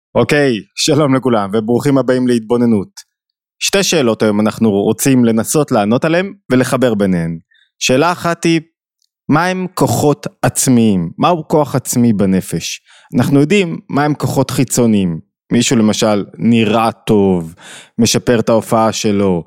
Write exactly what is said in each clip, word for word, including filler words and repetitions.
אוקיי, שלום לכולם וברוכים הבאים להתבוננות. שתי שאלות היום אנחנו רוצים לנסות לענות עליהן ולחבר ביניהן. שאלה אחת היא, מה הם כוחות עצמיים? מהו כוח עצמי בנפש? אנחנו יודעים מה הם כוחות חיצוניים. מישהו למשל נראה טוב, משפר את ההופעה שלו,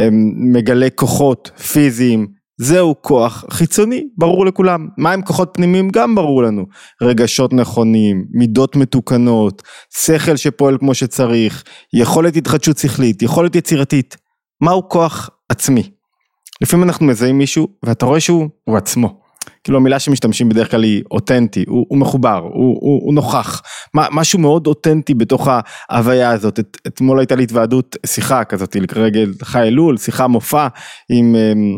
מגלה כוחות פיזיים, זהו כוח חיצוני, ברור לכולם. מה הם כוחות פנימיים? גם ברור לנו. רגשות נכונים, מידות מתוקנות, שכל שפועל כמו שצריך, יכולת התחדשות שכלית, יכולת יצירתית. מהו כוח עצמי? לפעמים אנחנו מזהים מישהו, ואתה רואה שהוא הוא עצמו. כאילו המילה שמשתמשים בדרך כלל היא אותנטי, הוא, הוא מחובר, הוא, הוא, הוא נוכח. מה, משהו מאוד אותנטי בתוך ההוויה הזאת. את, אתמול הייתה לי התוועדות, שיחה כזאת, לרגל חי אלול, שיחה מופע עם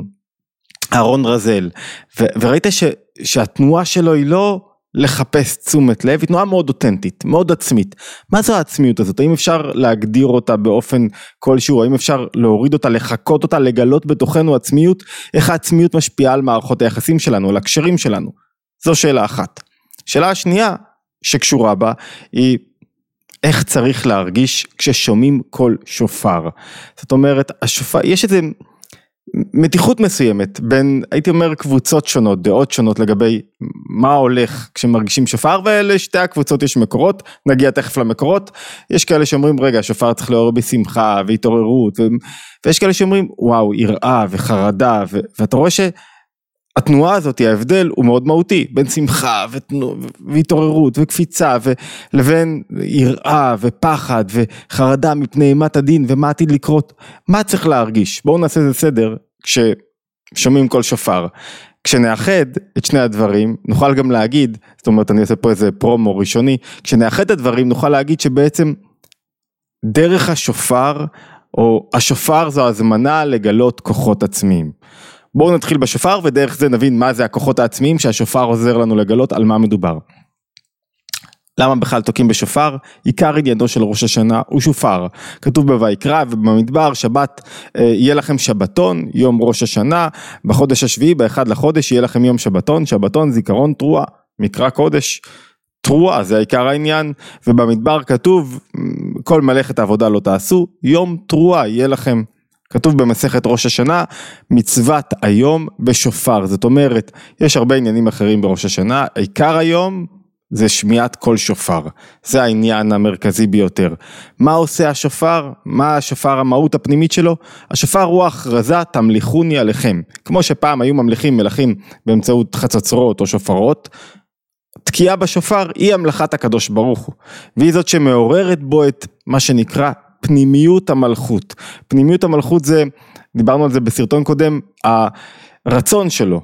אהרון רזל, ו, וראית ש, שהתנועה שלו היא לא לחפש תשומת לב, היא תנועה מאוד אותנטית, מאוד עצמית. מה זו העצמיות הזאת? האם אפשר להגדיר אותה באופן כלשהו? האם אפשר להוריד אותה, לחקות אותה, לגלות בתוכנו עצמיות? איך העצמיות משפיעה על מערכות היחסים שלנו, על הקשרים שלנו? זו שאלה אחת. שאלה השנייה שקשורה בה היא, איך צריך להרגיש כששומעים כל שופר? זאת אומרת, השופר, יש איזה מתיחות מסוימת בין, הייתי אומר, קבוצות שונות, דעות שונות לגבי מה הולך כשמרגישים שופר, ולשתי הקבוצות יש מקורות, נגיע תכף למקורות. יש כאלה שאומרים, רגע, השופר צריך לעורר בשמחה והתעוררות, ו... ויש כאלה שאומרים, וואו, יראה וחרדה, ו... ואתה רואה שהתנועה הזאת, ההבדל הוא מאוד מהותי, בין שמחה ותנו... והתעוררות וקפיצה, ו... לבין יראה ופחד וחרדה מפני אימת הדין ומה עתיד לקרות. מה צריך להרגיש? בואו נעשה איזה סדר כששומעים כל שופר. כשנאחד את שני הדברים, נוכל גם להגיד, זאת אומרת אני אעשה פה איזה פרומו ראשוני, כשנאחד את הדברים נוכל להגיד שבעצם דרך השופר, או השופר זו הזמנה לגלות כוחות עצמיים. בואו נתחיל בשופר ודרך זה נבין מה זה הכוחות העצמיים שהשופר עוזר לנו לגלות על מה מדובר. למה בכלל תוקעים בשופר? עיקר עניינו של ראש השנה הוא שופר. כתוב בויקרא ובמדבר, שבת, אה, יהיה לכם שבתון, יום ראש השנה, בחודש השביעי, באחד לחודש, יהיה לכם יום שבתון, שבתון זיכרון תרועה, מקרא קודש, תרועה, זה העיקר העניין, ובמדבר כתוב, כל מלאכת העבודה לא תעשו, יום תרועה יהיה לכם. כתוב במסכת ראש השנה, מצוות היום בשופר. זאת אומרת, יש הרבה עניינים אחרים בראש השנה, עיקר היום זה שמיעת כל שופר. זה העניין המרכזי ביותר. מה עושה השופר? מה השופר המהות הפנימית שלו? השופר הוא הכרזה, תמליכוני עליכם. כמו שפעם היו ממליכים מלכים באמצעות חצוצרות או שופרות, תקיעה בשופר היא המלאכת הקדוש ברוך הוא. והיא זאת שמעוררת בו את מה שנקרא פנימיות המלכות. פנימיות המלכות זה, דיברנו על זה בסרטון קודם, הרצון שלו,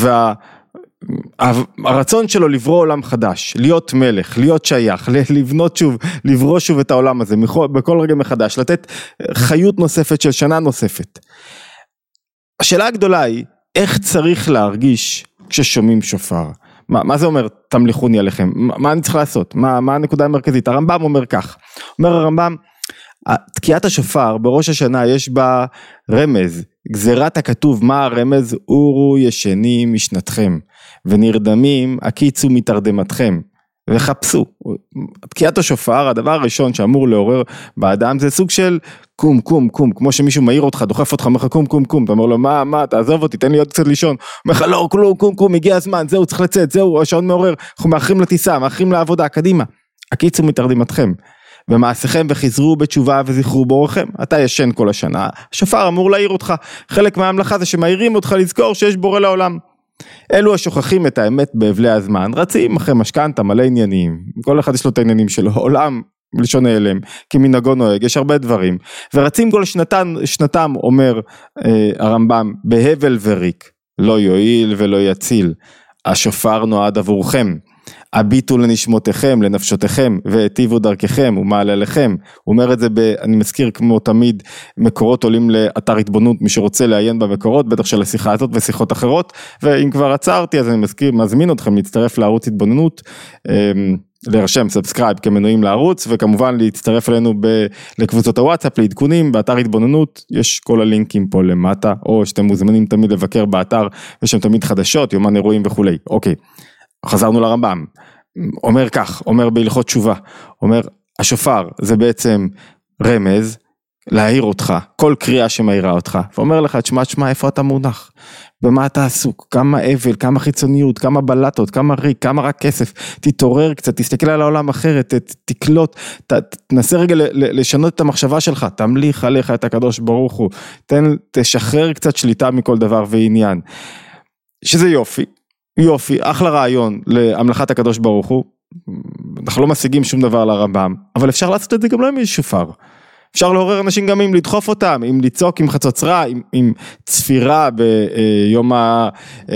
והרצון שלו לברוא עולם חדש, להיות מלך, להיות שייך, לבנות שוב, לברוא שוב את העולם הזה, בכל רגע מחדש, לתת חיות נוספת של שנה נוספת. השאלה הגדולה היא, איך צריך להרגיש כששומעים שופר? מה, מה זה אומר, תמליכוני עליכם? מה, מה אני צריך לעשות? מה, מה הנקודה המרכזית? הרמב"ם אומר כך, אומר הרמב"ם, תקיעת השופר בראש השנה יש בה רמז, גזירת הכתוב, מה הרמז? אורו ישנים משנתכם, ונרדמים הקיצו מתרדמתכם, וחפשו. תקיעת השופר, הדבר הראשון שאמור לעורר באדם, זה סוג של קום, קום, קום, כמו שמישהו מעיר אותך, דוחף אותך, אומר לך קום, קום, קום, אתה אומר לו, מה, מה, תעזוב אותי, תן לי עוד קצת לישון, אומר לך, לא, קום, קום, קום, הגיע הזמן, זהו, צריך לצאת, זהו, השעון מעורר, אנחנו מאחרים לטיסה, מאחרים לעבודה, קדימה, הקיצו מתרדמתכם. ומעשיכם וחזרו בתשובה וזכרו בורכם. אתה ישן כל השנה, השופר אמור להעיר אותך. חלק מההמלכה זה שמעירים אותך לזכור שיש בורא לעולם. אלו השוכחים את האמת באבלי הזמן, רצים אחרי משכנתה מלא עניינים, כל אחד יש לו את העניינים שלו, עולם מלשון ההלם, כמנהגו נוהג, יש הרבה דברים, ורצים כל שנתם, שנתם אומר אה, הרמב"ם, בהבל וריק, לא יועיל ולא יציל, השופר נועד עבורכם, הביטו לנשמותיכם, לנפשותיכם, והטיבו דרככם ומעלליכם. הוא אומר את זה, ב, אני מזכיר כמו תמיד, מקורות עולים לאתר התבוננות, מי שרוצה לעיין במקורות, בטח של השיחה הזאת ושיחות אחרות, ואם כבר עצרתי, אז אני מזכיר, מזמין אתכם להצטרף לערוץ התבוננות, להירשם, סאבסקרייב כמנויים לערוץ, וכמובן להצטרף אלינו ב, לקבוצות הוואטסאפ, לעדכונים, באתר התבוננות, יש כל הלינקים פה למטה, או שאתם מוזמנים תמיד לבקר באתר, יש שם תמיד חדשות, יומן אירועים וכולי. אוקיי, חזרנו לרמב"ם, אומר כך, אומר בהלכות תשובה, אומר, השופר זה בעצם רמז, להעיר אותך, כל קריאה שמעירה אותך, ואומר לך, תשמע, תשמע, איפה אתה מונח? במה אתה עסוק? כמה אבל, כמה חיצוניות, כמה בלטות, כמה ריק, כמה רק כסף, תתעורר קצת, תסתכל על העולם אחרת, תקלוט, תנסה רגע לשנות את המחשבה שלך, תמליך עליך את הקדוש ברוך הוא, תן, תשחרר קצת שליטה מכל דבר ועניין, שזה יופי, יופי, אחלה רעיון להמלכת הקדוש ברוך הוא, אנחנו לא משיגים שום דבר לרמב"ם, אבל אפשר לעשות את זה גם לא עם איזה שופר, אפשר לעורר אנשים גם אם לדחוף אותם, אם לצעוק, עם חצוצרה, עם, עם צפירה ביום ה,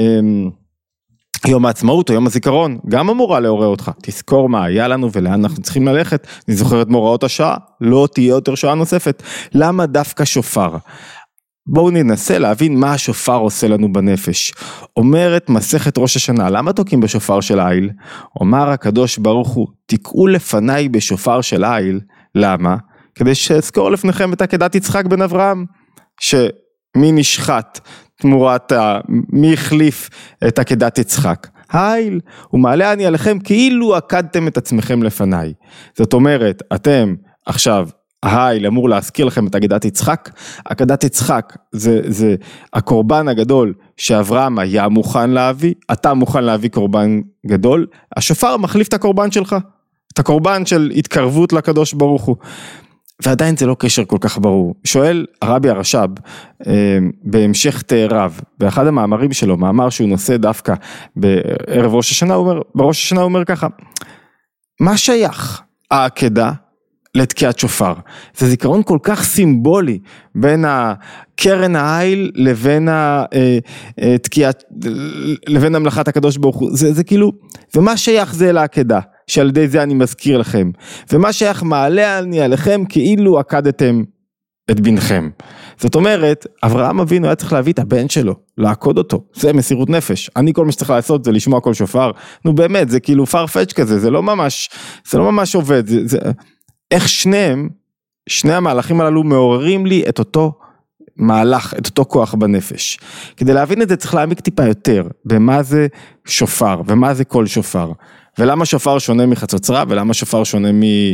יום העצמאות או יום הזיכרון, גם אמורה לעורר אותך. תזכור מה היה לנו ולאן אנחנו צריכים ללכת. אני זוכר את מוראות השעה, לא תהיה יותר שעה נוספת. למה דווקא שופר? בואו ננסה להבין מה השופר עושה לנו בנפש. אומרת מסכת ראש השנה, למה תוקים בשופר של איל? אומר הקדוש ברוך הוא, תקעו לפניי בשופר של איל. למה? כדי שאזכור לפניכם את עקדת יצחק בן אברהם, שמי נשחט תמורת, מי החליף את עקדת יצחק? איל, ומעלה אני עליכם כאילו עקדתם את עצמכם לפניי. זאת אומרת, אתם עכשיו, איל אמור להזכיר לכם את עקדת יצחק, עקדת יצחק זה, זה הקורבן הגדול שאברהם היה מוכן להביא, אתה מוכן להביא קורבן גדול, השופר מחליף את הקורבן שלך, את הקורבן של התקרבות לקדוש ברוך הוא. ועדיין זה לא קשר כל כך ברור. שואל הרבי הרש"ב, בהמשך תאריו, באחד המאמרים שלו, מאמר שהוא נושא דווקא בערב ראש השנה, הוא אומר, בראש השנה הוא אומר ככה, מה שייך העקדה לתקיעת שופר? זה זיכרון כל כך סימבולי, בין קרן העיל לבין התקיעת, לבין המלאכת הקדוש ברוך הוא, זה, זה כאילו, ומה שייך זה לעקדה? שעל ידי זה אני מזכיר לכם, ומה שייך מעלה אני עליכם כאילו עקדתם את בנכם. זאת אומרת, אברהם אבינו היה צריך להביא את הבן שלו, לעקוד אותו, זה מסירות נפש, אני כל מה שצריך לעשות זה לשמוע כל שופר, נו באמת, זה כאילו פרפץ' כזה, זה לא ממש, זה לא ממש עובד, זה, זה, איך שניהם, שני המהלכים הללו מעוררים לי את אותו מהלך, את אותו כוח בנפש. כדי להבין את זה צריך להעמיק טיפה יותר, במה זה שופר, ומה זה כל שופר. ולמה שופר שונה מחצוצרה, ולמה שופר שונה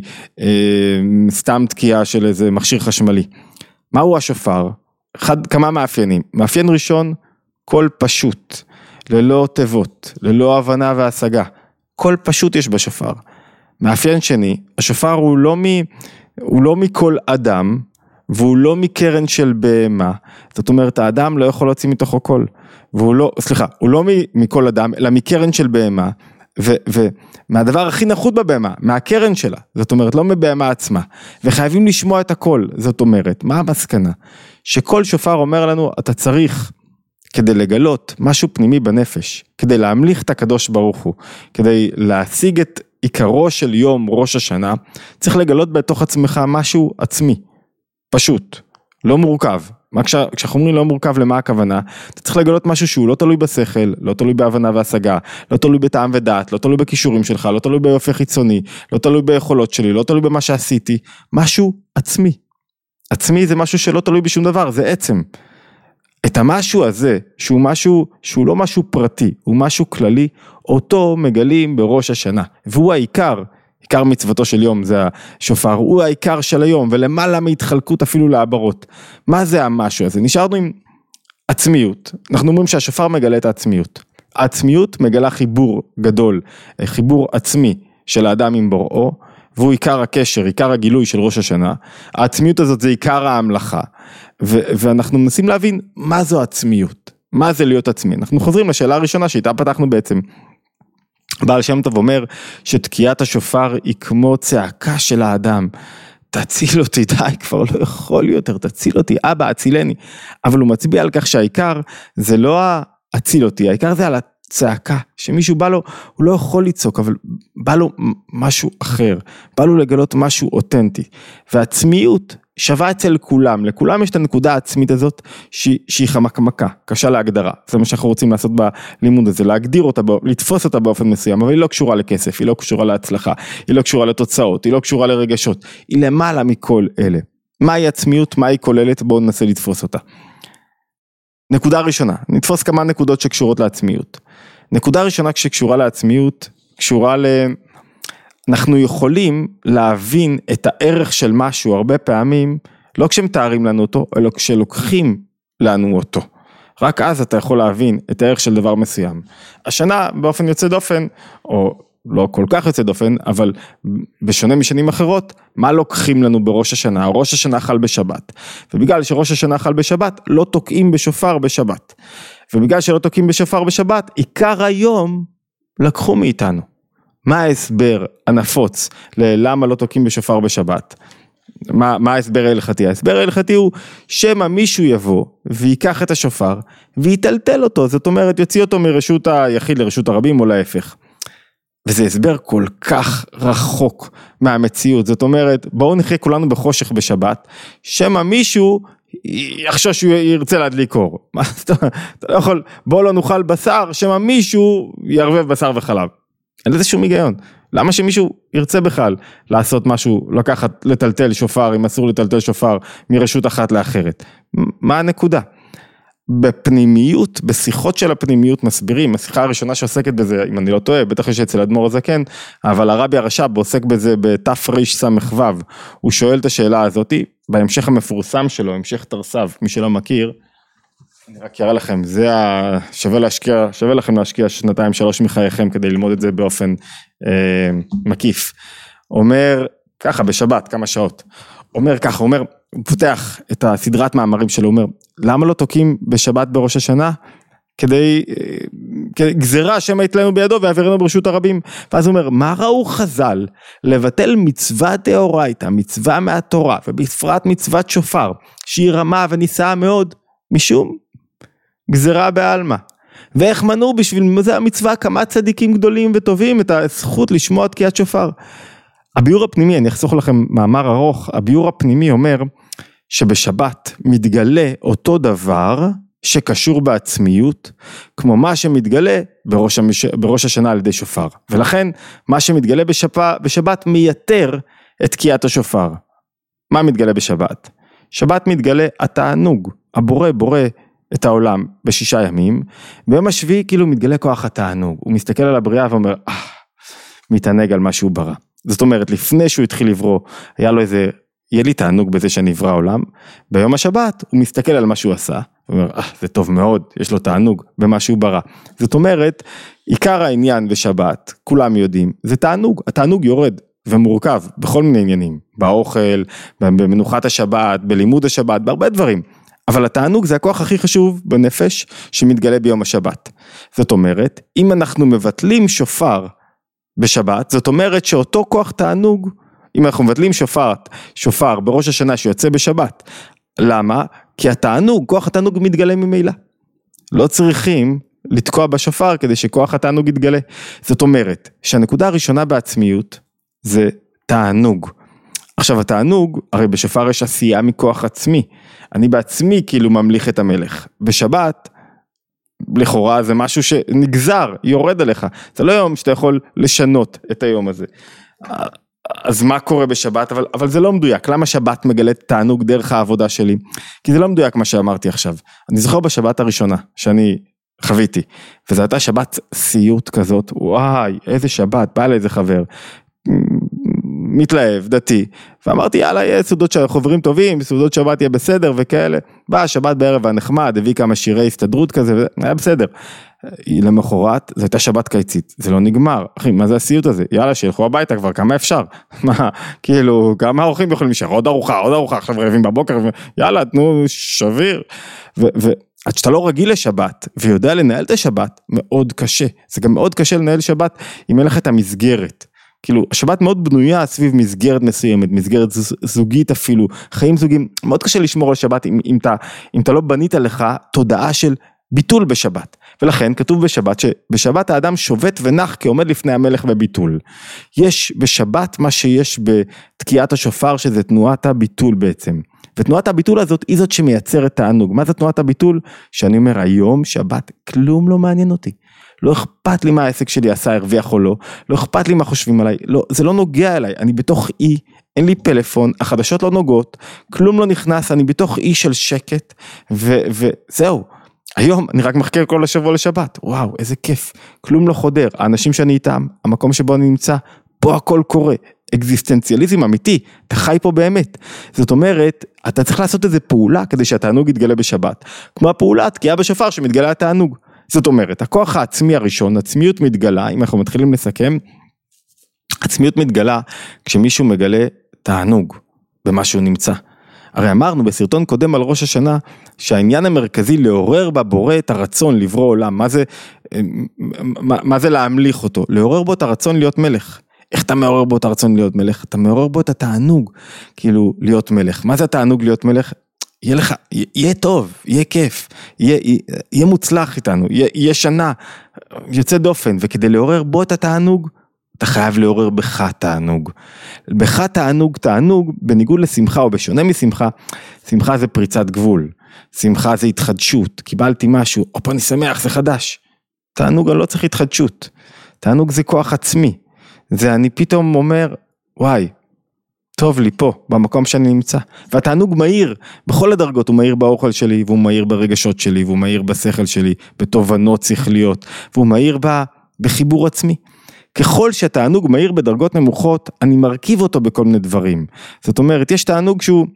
מסתם תקיעה של איזה מכשיר חשמלי. מהו השופר? אחד, כמה מאפיינים. מאפיין ראשון, קול פשוט, ללא תיבות, ללא הבנה והשגה. קול פשוט יש בשופר. מאפיין שני, השופר הוא לא, מ, הוא לא מכל אדם, והוא לא מקרן של בהמה. זאת אומרת, האדם לא יכול להוציא מתוכו קול. והוא לא, סליחה, הוא לא מכל אדם, אלא מקרן של בהמה. ומהדבר הכי נחות בבהמה, מהקרן שלה, זאת אומרת לא מבהמה עצמה, וחייבים לשמוע את הכל, זאת אומרת, מה המסקנה? שכל שופר אומר לנו, אתה צריך, כדי לגלות משהו פנימי בנפש, כדי להמליך את הקדוש ברוך הוא, כדי להשיג את עיקרו של יום ראש השנה, צריך לגלות בתוך עצמך משהו עצמי, פשוט, לא מורכב. מה כשאנחנו אומרים לא מורכב, למה הכוונה? אתה צריך לגלות משהו שהוא לא תלוי בשכל, לא תלוי בהבנה והשגה, לא תלוי בטעם ודעת, לא תלוי בכישורים שלך, לא תלוי ביופי חיצוני, לא תלוי ביכולות שלי, לא תלוי במה שעשיתי, משהו עצמי. עצמי זה משהו שלא תלוי בשום דבר, זה עצם. את המשהו הזה, שהוא משהו, שהוא לא משהו פרטי, הוא משהו כללי, אותו מגלים בראש השנה, והוא העיקר, עיקר מצוותו של יום זה השופר, הוא העיקר של היום, ולמעלה מהתחלקות אפילו לעברות. מה זה המשהו הזה? נשארנו עם עצמיות. אנחנו אומרים שהשופר מגלה את העצמיות. העצמיות מגלה חיבור גדול, חיבור עצמי של האדם עם בוראו, והוא עיקר הקשר, עיקר הגילוי של ראש השנה. העצמיות הזאת זה עיקר ההמלכה, ו- ואנחנו מנסים להבין מה זו עצמיות, מה זה להיות עצמי. אנחנו חוזרים לשאלה הראשונה שאיתה פתחנו בעצם, בעל שם טוב אומר שתקיעת השופר היא כמו צעקה של האדם, תציל אותי, די, כבר לא יכול יותר, תציל אותי, אבא, הצילני, אבל הוא מצביע על כך שהעיקר זה לא הציל אותי, העיקר זה על הצעקה, שמישהו בא לו, הוא לא יכול לצעוק, אבל בא לו משהו אחר, בא לו לגלות משהו אותנטי, והעצמיות שווה אצל כולם, לכולם יש את הנקודה העצמית הזאת, שהיא, שהיא חמקמקה, קשה להגדרה, זה מה שאנחנו רוצים לעשות בלימוד הזה, להגדיר אותה, לתפוס אותה באופן מסוים, אבל היא לא קשורה לכסף, היא לא קשורה להצלחה, היא לא קשורה לתוצאות, היא לא קשורה לרגשות, היא למעלה מכל אלה. מהי עצמיות, מהי כוללת, בואו ננסה לתפוס אותה. נקודה ראשונה, נתפוס כמה נקודות שקשורות לעצמיות. נקודה ראשונה שקשורה לעצמיות, קשורה אנחנו יכולים להבין את הערך של משהו הרבה פעמים, לא כשמתארים לנו אותו, אלא כשלוקחים לנו אותו. רק אז אתה יכול להבין את הערך של דבר מסוים. השנה באופן יוצא דופן, או לא כל כך יוצא דופן, אבל בשונה משנים אחרות, מה לוקחים לנו בראש השנה? ראש השנה חל בשבת, ובגלל שראש השנה חל בשבת, לא תוקעים בשופר בשבת. ובגלל שלא תוקעים בשופר בשבת, עיקר היום לקחו מאיתנו. מה ההסבר הנפוץ ללמה לא תוקעים בשופר בשבת? מה, מה ההסבר ההלכתי? ההסבר ההלכתי הוא שמה מישהו יבוא ויקח את השופר ויטלטל אותו, זאת אומרת יוציא אותו מרשות היחיד לרשות הרבים או להפך. וזה הסבר כל כך רחוק מהמציאות, זאת אומרת בואו נחיה כולנו בחושך בשבת, שמה מישהו יחשוב שהוא ירצה להדליק אור. מה, אתה לא יכול, בואו לא נאכל בשר, שמה מישהו ירבב בשר וחלב. אין לזה שום היגיון. למה שמישהו ירצה בכלל לעשות משהו, לקחת, לטלטל שופר, אם אסור לטלטל שופר מרשות אחת לאחרת? מה הנקודה? בפנימיות, בשיחות של הפנימיות מסבירים, השיחה הראשונה שעוסקת בזה, אם אני לא טועה, בטח יש אצל אדמו"ר הזקן, אבל הרבי הרש"ב עוסק בזה בתף ריש סמך וו, הוא שואל את השאלה הזאת, בהמשך המפורסם שלו, המשך תרס"ו, מי שלא מכיר, אני רק אראה לכם, זה ה... שווה להשקיע, שווה לכם להשקיע שנתיים שלוש מחייכם, כדי ללמוד את זה באופן אה, מקיף. אומר, ככה בשבת, כמה שעות, אומר ככה, אומר, הוא פותח את הסדרת מאמרים שלו, הוא אומר, למה לא תוקים בשבת בראש השנה? כדי, גזירה שמא יתלנו בידו ויעבירנו ברשות הרבים. ואז הוא אומר, מה ראו חז"ל לבטל מצווה דאורייתא, מצווה מהתורה, ובפרט מצוות שופר, שהיא רמה ונישאה מאוד, משום גזירה בעלמא. ואיך מנעו בשביל זה המצווה כמה צדיקים גדולים וטובים את הזכות לשמוע תקיעת שופר. הביור הפנימי, אני אחסוך לכם מאמר ארוך, הביור הפנימי אומר שבשבת מתגלה אותו דבר שקשור בעצמיות, כמו מה שמתגלה בראש, המש... בראש השנה על ידי שופר. ולכן מה שמתגלה בשפ... בשבת מייתר את תקיעת השופר. מה מתגלה בשבת? שבת מתגלה התענוג, הבורא בורא את העולם בשישה ימים, ביום השביעי כאילו מתגלה כוח התענוג, הוא מסתכל על הבריאה ואומר, אה, מתענג על מה שהוא ברא. זאת אומרת, לפני שהוא התחיל לברוא, היה לו איזה, יהיה לי תענוג בזה שנברא העולם, ביום השבת הוא מסתכל על מה שהוא עשה, הוא אומר, אה, זה טוב מאוד, יש לו תענוג במה שהוא ברא. זאת אומרת, עיקר העניין בשבת, כולם יודעים, זה תענוג, התענוג יורד ומורכב בכל מיני עניינים, באוכל, במנוחת השבת, בלימוד השבת, בהרבה דברים. אבל התענוג זה הכוח הכי חשוב בנפש שמתגלה ביום השבת. זאת אומרת, אם אנחנו מבטלים שופר בשבת, זאת אומרת שאותו כוח תענוג, אם אנחנו מבטלים שופר, שופר בראש השנה שיוצא בשבת, למה? כי התענוג, כוח התענוג מתגלה ממילא. לא צריכים לתקוע בשופר כדי שכוח התענוג יתגלה. זאת אומרת, שהנקודה הראשונה בעצמיות זה תענוג. עכשיו התענוג, הרי בשופר יש עשייה מכוח עצמי, אני בעצמי כאילו ממליך את המלך, בשבת, לכאורה זה משהו שנגזר, יורד עליך, זה לא יום שאתה יכול לשנות את היום הזה, אז מה קורה בשבת, אבל, אבל זה לא מדויק, למה שבת מגלת תענוג דרך העבודה שלי, כי זה לא מדויק מה שאמרתי עכשיו, אני זוכר בשבת הראשונה שאני חוויתי, וזו הייתה שבת סיוט כזאת, וואי, איזה שבת, בא לאיזה חבר, מתלהב, דתי, ואמרתי יאללה יהיה סעודות חברים טובים, סעודות שבת יהיה בסדר וכאלה, בא שבת בערב הנחמד, הביא כמה שירי הסתדרות כזה, היה בסדר, למחרת, זו הייתה שבת קיצית, זה לא נגמר, אחי, מה זה הסיוט הזה? יאללה שילכו הביתה כבר, כמה אפשר? מה, כאילו, כמה האורחים יכולים להישאר, עוד ארוחה, עוד ארוחה, עכשיו רעבים בבוקר, יאללה, תנו שביר, ועד שאתה לא רגיל לשבת, ויודע לנהל את השבת, מאוד קשה, זה גם מאוד קשה לנהל שבת, אם אין לך את המסגרת, כאילו, השבת מאוד בנויה סביב מסגרת מסוימת, מסגרת זוגית אפילו, חיים זוגיים, מאוד קשה לשמור על שבת, אם, אם, אתה, אם אתה לא בנית לך תודעה של ביטול בשבת, ולכן כתוב בשבת, שבשבת האדם שובת ונח כעומד לפני המלך בביטול, יש בשבת מה שיש בתקיעת השופר, שזה תנועת הביטול בעצם, ותנועת הביטול הזאת היא זאת שמייצרת תענוג, מה זה תנועת הביטול? שאני אומר היום שבת, כלום לא מעניין אותי, לא אכפת לי מה העסק שלי עשה, הרוויח או לא, לא אכפת לי מה חושבים עליי, לא, זה לא נוגע אליי, אני בתוך אי, אין לי פלאפון, החדשות לא נוגעות, כלום לא נכנס, אני בתוך אי של שקט, ו, וזהו, היום אני רק מחכה כל השבוע לשבת, וואו, איזה כיף, כלום לא חודר, האנשים שאני איתם, המקום שבו אני נמצא, פה הכל קורה, אקזיסטנציאליזם אמיתי, אתה חי פה באמת, זאת אומרת, אתה צריך לעשות איזה פעולה, כדי שהתענוג יתגלה בשבת, כמו הפעולה, תקיעה בשופר שמתגלה התענוג, זאת אומרת, הכוח העצמי הראשון, עצמיות מתגלה, אם אנחנו מתחילים לסכם, עצמיות מתגלה, כשמישהו מגלה תענוג, במה שהוא נמצא, הרי אמרנו בסרטון קודם על ראש השנה, שהעניין המרכזי לעורר בבורא את הרצון לברוא עולם, מה זה, מה, מה זה להמליך אותו? לעורר בו את הרצון להיות מלך. איך אתה מעורר בו את הרצון להיות מלך? אתה מעורר בו את התענוג, כאילו להיות מלך. מה זה התענוג להיות מלך? יהיה לך, יהיה טוב, יהיה כיף, יהיה, יהיה מוצלח איתנו, יהיה, יהיה שנה, יוצא דופן, וכדי לעורר בו את התענוג, אתה חייב לעורר בך תענוג. בך תענוג, תענוג, בניגוד לשמחה או בשונה משמחה, שמחה זה פריצת גבול, שמחה זה התחדשות, קיבלתי משהו, אופה אני שמח, זה חדש. תענוג אני לא צריך התחדשות, תענוג זה כוח עצמי, זה אני פתאום אומר, וואי, טוב לי פה, במקום שאני נמצא, והתענוג מהיר, בכל הדרגות הוא מהיר באוכל שלי, והוא מהיר ברגשות שלי, והוא מהיר בשכל שלי, בתובנות שכליות, והוא מהיר בחיבור עצמי. ככל שהתענוג מהיר בדרגות נמוכות, אני מרכיב אותו בכל מיני דברים. זאת אומרת, יש תענוג שהוא,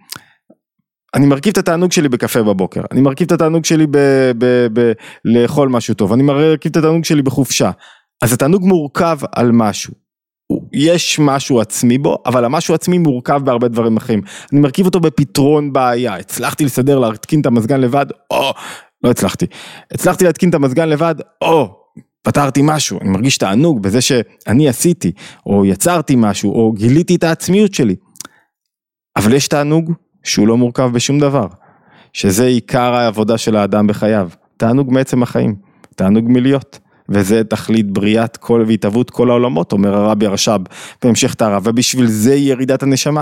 אני מרכיב את התענוג שלי בקפה בבוקר, אני מרכיב את התענוג שלי ב, ב, ב, לאכול משהו טוב, אני מרכיב את התענוג שלי בחופשה. אז התענוג מורכב על משהו. יש משהו עצמי בו, אבל המשהו עצמי מורכב בהרבה דברים אחרים. אני מרכיב אותו בפתרון בעיה. הצלחתי לסדר, להתקין את המזגן לבד, או, לא הצלחתי. הצלחתי להתקין את המזגן לבד, או, פתרתי משהו, אני מרגיש תענוג בזה שאני עשיתי, או יצרתי משהו, או גיליתי את העצמיות שלי. אבל יש תענוג שהוא לא מורכב בשום דבר, שזה עיקר העבודה של האדם בחייו. תענוג מעצם החיים, תענוג מלהיות, וזה תכלית בריאת כל והתהוות כל העולמות, אומר הרבי הרש"ב בהמשך תורה, ובשביל זה ירידת הנשמה.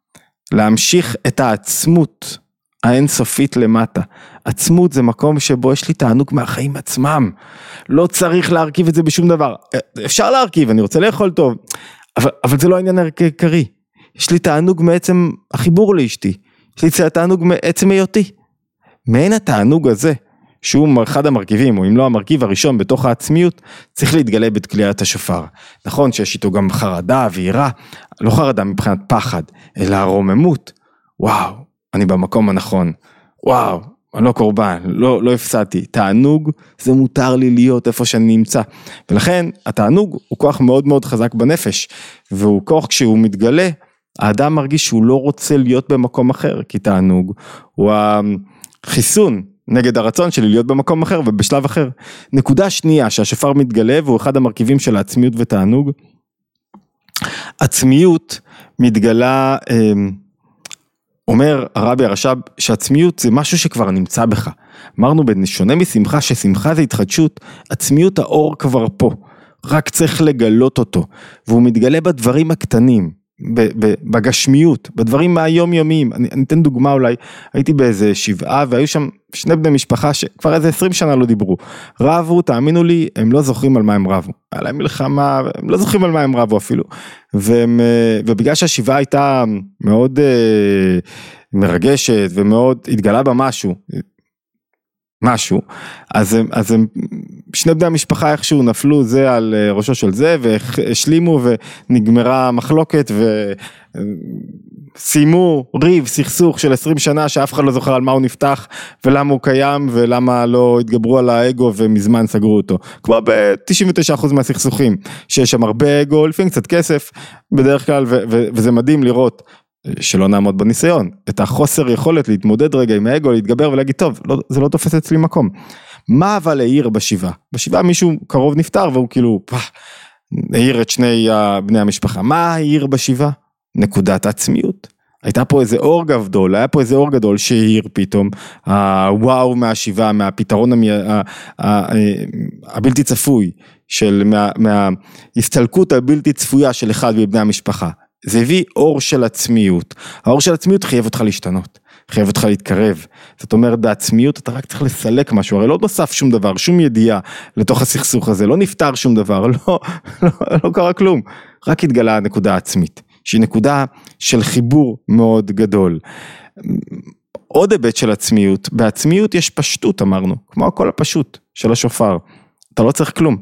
להמשיך את העצמות האינסופית למטה. עצמות זה מקום שבו יש לי תענוג מהחיים עצמם. לא צריך להרכיב את זה בשום דבר. אפשר להרכיב, אני רוצה לאכול טוב, אבל, אבל זה לא העניין העיקרי. יש לי תענוג מעצם החיבור לאשתי. יש לי תענוג מעצם היותי. מעין התענוג הזה, שהוא אחד המרכיבים, או אם לא המרכיב הראשון בתוך העצמיות, צריך להתגלה בתקיעת השופר. נכון שיש איתו גם חרדה ויראה, לא חרדה מבחינת פחד, אלא רוממות. וואו, אני במקום הנכון. וואו, אני לא קורבן, לא, לא הפסדתי. תענוג, זה מותר לי להיות איפה שאני נמצא. ולכן, התענוג הוא כוח מאוד מאוד חזק בנפש, והוא כוח כשהוא מתגלה, האדם מרגיש שהוא לא רוצה להיות במקום אחר, כי תענוג הוא החיסון נגד הרצון שלי להיות במקום אחר ובשלב אחר. נקודה שנייה שהשופר מתגלה, והוא אחד המרכיבים של העצמיות ותענוג. עצמיות מתגלה, אומר הרבי הרש"ב, שעצמיות זה משהו שכבר נמצא בך. אמרנו בשונה משמחה, ששמחה זה התחדשות, עצמיות האור כבר פה, רק צריך לגלות אותו, והוא מתגלה בדברים הקטנים, בגשמיות, בדברים מהיום יומיים. אני, אני אתן דוגמה אולי, הייתי באיזה שבעה, והיו שם שני בני משפחה שכבר איזה עשרים שנה לא דיברו, רבו, תאמינו לי, הם לא זוכרים על מה הם רבו, היה להם מלחמה, הם לא זוכרים על מה הם רבו אפילו, והם, ובגלל שהשבעה הייתה מאוד מרגשת, ומאוד התגלה בה משהו, משהו, אז הם, אז הם, שני בני המשפחה איכשהו נפלו זה על ראשו של זה, והשלימו ונגמרה מחלוקת, וסיימו ריב, סכסוך של עשרים שנה, שאף אחד לא זוכר על מה הוא נפתח, ולמה הוא קיים, ולמה לא התגברו על האגו, ומזמן סגרו אותו. כמו ב-תשעים ותשעה אחוז מהסכסוכים, שיש שם הרבה אגו, לפעמים קצת כסף, בדרך כלל, ו- ו- וזה מדהים לראות, שלא נעמוד בניסיון, את החוסר יכולת להתמודד רגע עם האגו, להתגבר ולהגיד, טוב, לא, זה לא תופס אצלי מקום. מה אבל העיר בשבעה? בשבעה מישהו קרוב נפטר, והוא כאילו, פח, העיר את שני בני המשפחה. מה העיר בשבעה? נקודת העצמיות. הייתה פה איזה אור גדול, היה פה איזה אור גדול שהעיר פתאום, הוואו מהשבעה, מהפתרון המי, ה, ה, הבלתי צפוי, של, מה, מההסתלקות הבלתי צפויה של אחד מבני המשפחה. זה הביא אור של עצמיות. האור של עצמיות חייב אותך להשתנות, חייב אותך להתקרב. זאת אומרת, בעצמיות אתה רק צריך לסלק משהו, הרי לא נוסף שום דבר, שום ידיעה לתוך הסכסוך הזה, לא נפטר שום דבר, לא, לא, לא קרה כלום. רק התגלה הנקודה העצמית, שהיא נקודה של חיבור מאוד גדול. עוד היבט של עצמיות, בעצמיות יש פשטות אמרנו, כמו הכל הפשוט של השופר. אתה לא צריך כלום.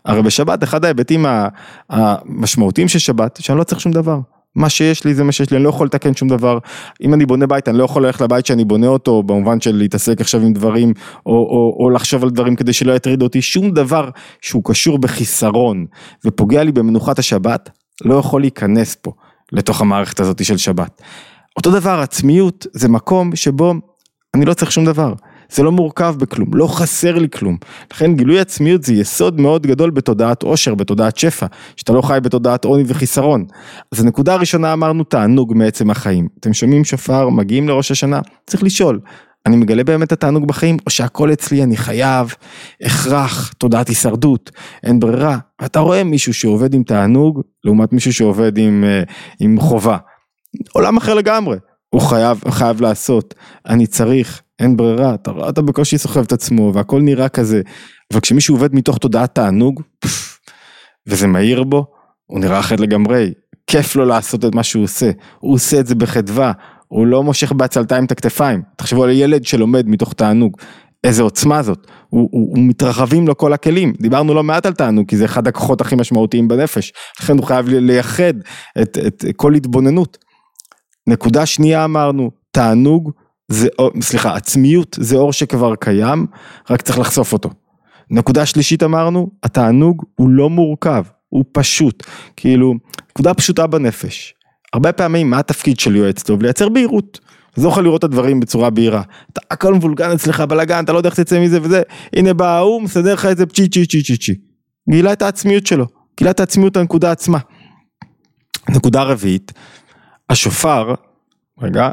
הרי בשבת, אחד ההיבטים המשמעותיים של שבת, שאני לא צריך שום דבר. מה שיש לי זה מה שיש לי, אני לא יכול לתקן שום דבר. אם אני בונה בית, אני לא יכול ללכת לבית שאני בונה אותו, במובן של להתעסק עכשיו עם דברים, או, או, או לחשוב על דברים כדי שלא יטריד אותי. שום דבר שהוא קשור בחיסרון, ופוגע לי במנוחת השבת, לא יכול להיכנס פה, לתוך המערכת הזאת של שבת. אותו דבר, עצמיות זה מקום שבו אני לא צריך שום דבר. זה לא מורכב בכלום, לא חסר לי כלום. לכן גילוי עצמיות זה יסוד מאוד גדול בתודעת עושר, בתודעת שפע, שאתה לא חי בתודעת עוני וחיסרון. אז הנקודה הראשונה אמרנו תענוג מעצם החיים. אתם שומעים שופר, מגיעים לראש השנה, צריך לשאול, אני מגלה באמת התענוג בחיים, או שהכל אצלי אני חייב, הכרח, תודעת הישרדות, אין ברירה. אתה רואה מישהו שעובד עם תענוג, לעומת מישהו שעובד עם, עם חובה. עולם אחר לגמרי. הוא חייב, חייב לעשות, אני צריך, אין ברירה, אתה רואה, אתה בקושי סוחב את עצמו, והכל נראה כזה, אבל כשמישהו עובד מתוך תודעת תענוג, וזה מהיר בו, הוא נראה אחרת לגמרי, כיף לו לעשות את מה שהוא עושה, הוא עושה את זה בחדווה, הוא לא מושך בעצלתיים את הכתפיים, תחשבו על ילד שלומד מתוך תענוג, איזה עוצמה זאת, הוא, הוא, הוא מתרחבים לו כל הכלים, דיברנו לא מעט על תענוג, כי זה אחד הכוחות הכי משמעותיים בנפש, לכן הוא חייב לייחד את, את כל התבוננות. נקודה שנייה אמרנו, תענוג, זה, סליחה, עצמיות זה אור שכבר קיים, רק צריך לחשוף אותו. נקודה שלישית אמרנו, התענוג הוא לא מורכב, הוא פשוט, כאילו, נקודה פשוטה בנפש. הרבה פעמים, מה התפקיד של יועץ טוב? לייצר בהירות. אז לא יכול לראות את הדברים בצורה בהירה. אתה הכל מבולגן אצלך בלגן, אתה לא יודע איך תצא מזה וזה, הנה בא הוא, מסדר לך את זה פצ'י צ'י צ'י צ'י צ'י. גילה את העצמיות שלו, גילה את העצמיות הנקודה עצמה. נקודה רביעית, השופר, רגע,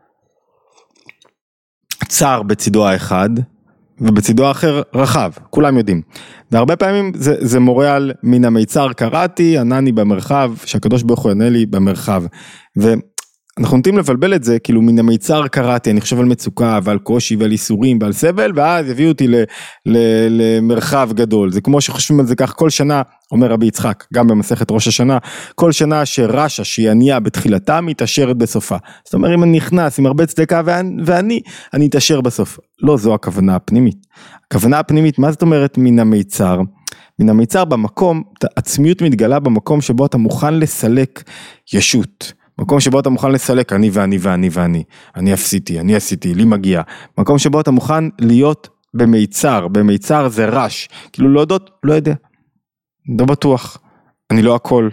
צר בצידו האחד, ובצידו האחר רחב, כולם יודעים. והרבה פעמים זה, זה מורה על מן המיצר קראתי, ענני במרחב, שהקדוש ברוך הוא ענה לי במרחב. ואנחנו נוטים לבלבל את זה, כאילו מן המיצר קראתי, אני חושב על מצוקה ועל קושי ועל איסורים ועל סבל, ואז יביאו אותי ל, ל, למרחב גדול. זה כמו שחושבים על זה כך כל שנה, אומר רבי יצחק, גם במסכת ראש השנה, כל שנה שרשע שהיא ענייה בתחילתה, מתעשרת בסופה. זאת אומרת, אם אני נכנס עם הרבה צדקה ואני, ואני, אני אתעשר בסוף. לא, זו הכוונה הפנימית. הכוונה הפנימית, מה זאת אומרת מן המיצר? מן המיצר במקום, עצמיות מתגלה במקום שבו אתה מוכן לסלק ישות. מקום שבו אתה מוכן לסלק, אני ואני ואני ואני. אני עשיתי, אני עשיתי, לי מגיע. מקום שבו אתה מוכן להיות במיצר. במיצר זה רש. כאילו לא יודעות, לא יודע. לא בטוח, אני לא הכל,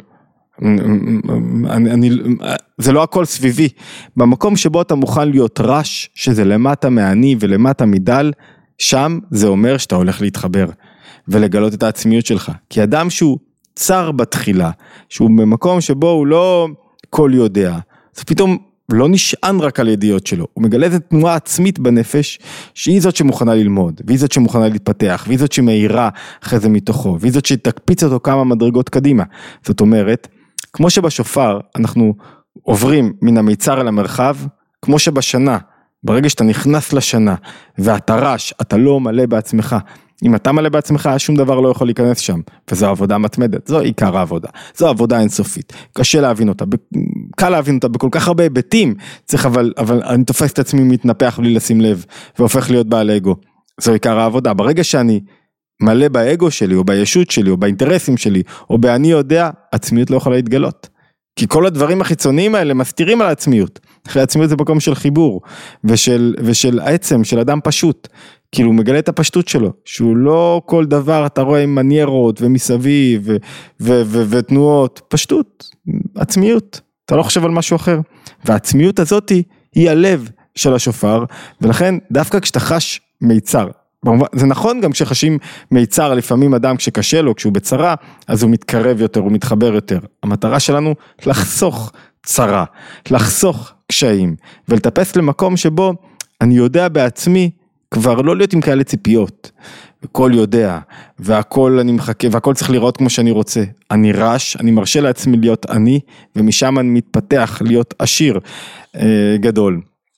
אני, אני, זה לא הכל סביבי, במקום שבו אתה מוכן להיות רש, שזה למטה מעני ולמטה מדל, שם זה אומר שאתה הולך להתחבר, ולגלות את העצמיות שלך, כי אדם שהוא צר בתחילה, שהוא במקום שבו הוא לא כל יודע, זה פתאום לא נשען רק על ידיעות שלו, הוא מגלה את תנועה עצמית בנפש, שהיא זאת שמוכנה ללמוד, והיא זאת שמוכנה להתפתח, והיא זאת שמאירה אחרי זה מתוכו, והיא זאת שתקפיץ אותו כמה מדרגות קדימה. זאת אומרת, כמו שבשופר אנחנו עוברים מן המיצר אל המרחב, כמו שבשנה, ברגע שאתה נכנס לשנה, ואתה רש, אתה לא מלא בעצמך, אם אתה מלא בעצמך, שום דבר לא יכול להיכנס שם, וזו עבודה מתמדת, זו עיקר העבודה, זו עבודה אינסופית, קשה להבין אותה, קל להבין אותה בכל כך הרבה היבטים, צריך אבל, אבל אני תופס את עצמי מתנפח בלי לשים לב, והופך להיות בעל אגו, זו עיקר העבודה, ברגע שאני מלא באגו שלי, או בישות שלי, או באינטרסים שלי, או באני יודע, עצמיות לא יכולה להתגלות, כי כל הדברים החיצוניים האלה מסתירים על העצמיות, אחרי העצמיות זה מקום של חיבור, ושל, ושל עצם, של אדם פשוט, כאילו הוא מגלה את הפשטות שלו, שהוא לא כל דבר אתה רואה עם מניירות ומסביב ו- ו- ו- ותנועות, פשטות, עצמיות, אתה לא חושב על משהו אחר, והעצמיות הזאת היא הלב של השופר, ולכן דווקא כשאתה חש מיצר, זה נכון גם כשחשים מיצר, לפעמים אדם כשקשה לו, כשהוא בצרה, אז הוא מתקרב יותר, הוא מתחבר יותר, המטרה שלנו לחסוך צרה, לחסוך קשיים, ולטפס למקום שבו אני יודע בעצמי, כבר לא להיות עם כאלה ציפיות, הכל יודע, והכל אני מחכה, והכל צריך לראות כמו שאני רוצה, אני רש, אני מרשה לעצמי להיות אני, ומשם אני מתפתח להיות עשיר אה, גדול,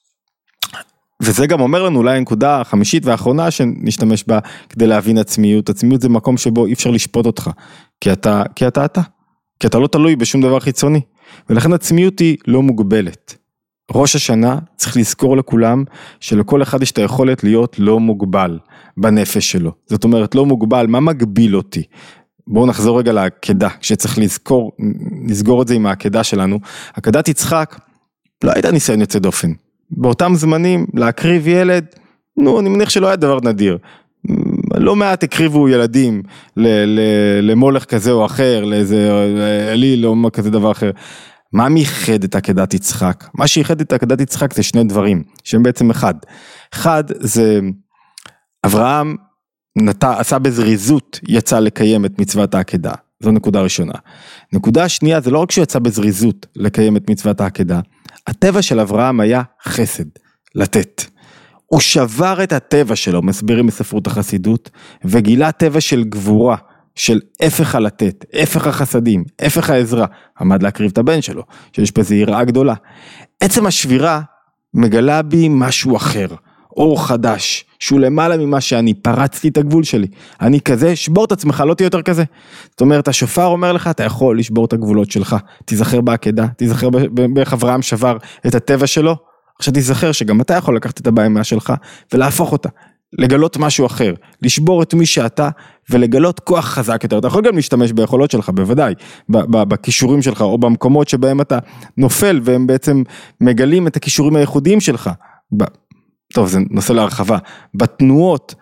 וזה גם אומר לנו אולי הנקודה החמישית והאחרונה שנשתמש בה, כדי להבין עצמיות, עצמיות זה מקום שבו אי אפשר לשפוט אותך, כי אתה, כי אתה אתה, כי אתה לא תלוי בשום דבר חיצוני, ולכן עצמיות היא לא מוגבלת, ראש השנה צריך לזכור לכולם שלכל אחד יש את היכולת להיות לא מוגבל בנפש שלו. זאת אומרת לא מוגבל, מה מגביל אותי? בואו נחזור רגע לעקדה, כשצריך לזכור, לסגור את זה עם העקדה שלנו. עקדת יצחק לא הייתה ניסיון יוצא דופן. באותם זמנים להקריב ילד, נו, אני מניח שלא היה דבר נדיר. לא מעט הקריבו ילדים ל- ל- למולך כזה או אחר, לאיזה אליל או כזה דבר אחר. מה מייחד את עקדת יצחק? מה שייחד את עקדת יצחק זה שני דברים, שהם בעצם אחד. אחד זה אברהם נת... עשה בזריזות, יצא לקיים את מצוות העקדה. זו נקודה ראשונה. נקודה שנייה, זה לא רק שהוא יצא בזריזות לקיים את מצוות העקדה, הטבע של אברהם היה חסד, לתת. הוא שבר את הטבע שלו, מסבירים בספרות החסידות, וגילה טבע של גבורה, של הפך הלתת, הפך החסדים, הפך העזרה, עמד להקריב את הבן שלו, שיש פה איזו יראה גדולה. עצם השבירה מגלה בי משהו אחר, אור חדש, שהוא למעלה ממה שאני, פרצתי את הגבול שלי, אני כזה, שבור את עצמך, לא תהיה יותר כזה. זאת אומרת, השופר אומר לך, אתה יכול לשבור את הגבולות שלך, תיזכר בעקדה, תיזכר באיך אברהם שבר את הטבע שלו, עכשיו תיזכר שגם אתה יכול לקחת את הבהמה שלך, ולהפוך אותה, לגלות משהו אחר, לשבור את מי שאתה, ולגלות כוח חזק יותר. אתה יכול גם להשתמש ביכולות שלך, בוודאי, בכישורים שלך, או במקומות שבהם אתה נופל, והם בעצם מגלים את הכישורים הייחודיים שלך. טוב, זה נושא להרחבה. בתנועות,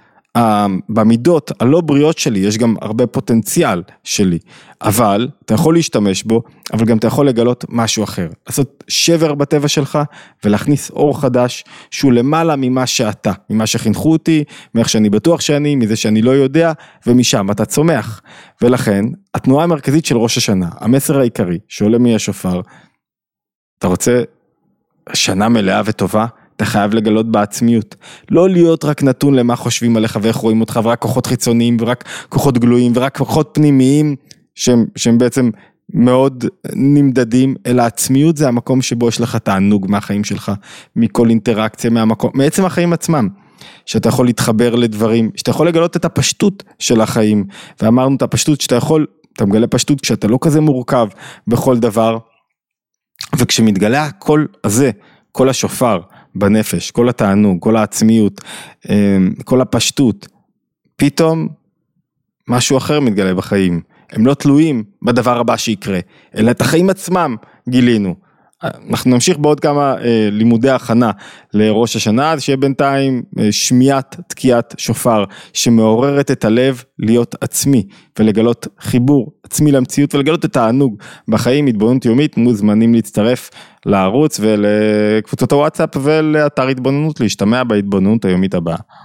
במידות הלא בריאות שלי, יש גם הרבה פוטנציאל שלי, אבל אתה יכול להשתמש בו, אבל גם אתה יכול לגלות משהו אחר, לעשות שבר בטבע שלך, ולהכניס אור חדש, שהוא למעלה ממה שאתה, ממה שחינכו אותי, מאיך שאני בטוח שאני, מזה שאני לא יודע, ומשם אתה צומח. ולכן, התנועה המרכזית של ראש השנה, המסר העיקרי, שעולה מהשופר, אתה רוצה שנה מלאה וטובה, אתה חייב לגלות בעצמיות, לא להיות רק נתון למה חושבים עליך ואיך רואים אותך, ורק כוחות חיצוניים, ורק כוחות גלויים, ורק כוחות פנימיים, שהם, שהם בעצם מאוד נמדדים, אלא העצמיות זה המקום שבו יש לך תענוג מהחיים שלך, מכל אינטראקציה, מהמקום, מעצם החיים עצמם, שאתה יכול להתחבר לדברים, שאתה יכול לגלות את הפשטות של החיים, ואמרנו את הפשטות שאתה יכול, אתה מגלה פשטות כשאתה לא כזה מורכב בכל דבר, וכשמתגלה הכל הזה, כל השופר, בנפש, כל התענוג, כל העצמיות, כל הפשטות, פתאום משהו אחר מתגלה בחיים. הם לא תלויים בדבר הבא שיקרה, אלא את החיים עצמם גילינו. אנחנו נמשיך בעוד כמה אה, לימודי הכנה לראש השנה, אז שיהיה בינתיים אה, שמיעת תקיעת שופר, שמעוררת את הלב להיות עצמי, ולגלות חיבור עצמי למציאות, ולגלות את הענוג בחיים. התבוננות יומית, מוזמנים להצטרף לערוץ ולקבוצות הוואטסאפ ולאתר התבוננות, להשתמע בהתבוננות היומית הבאה.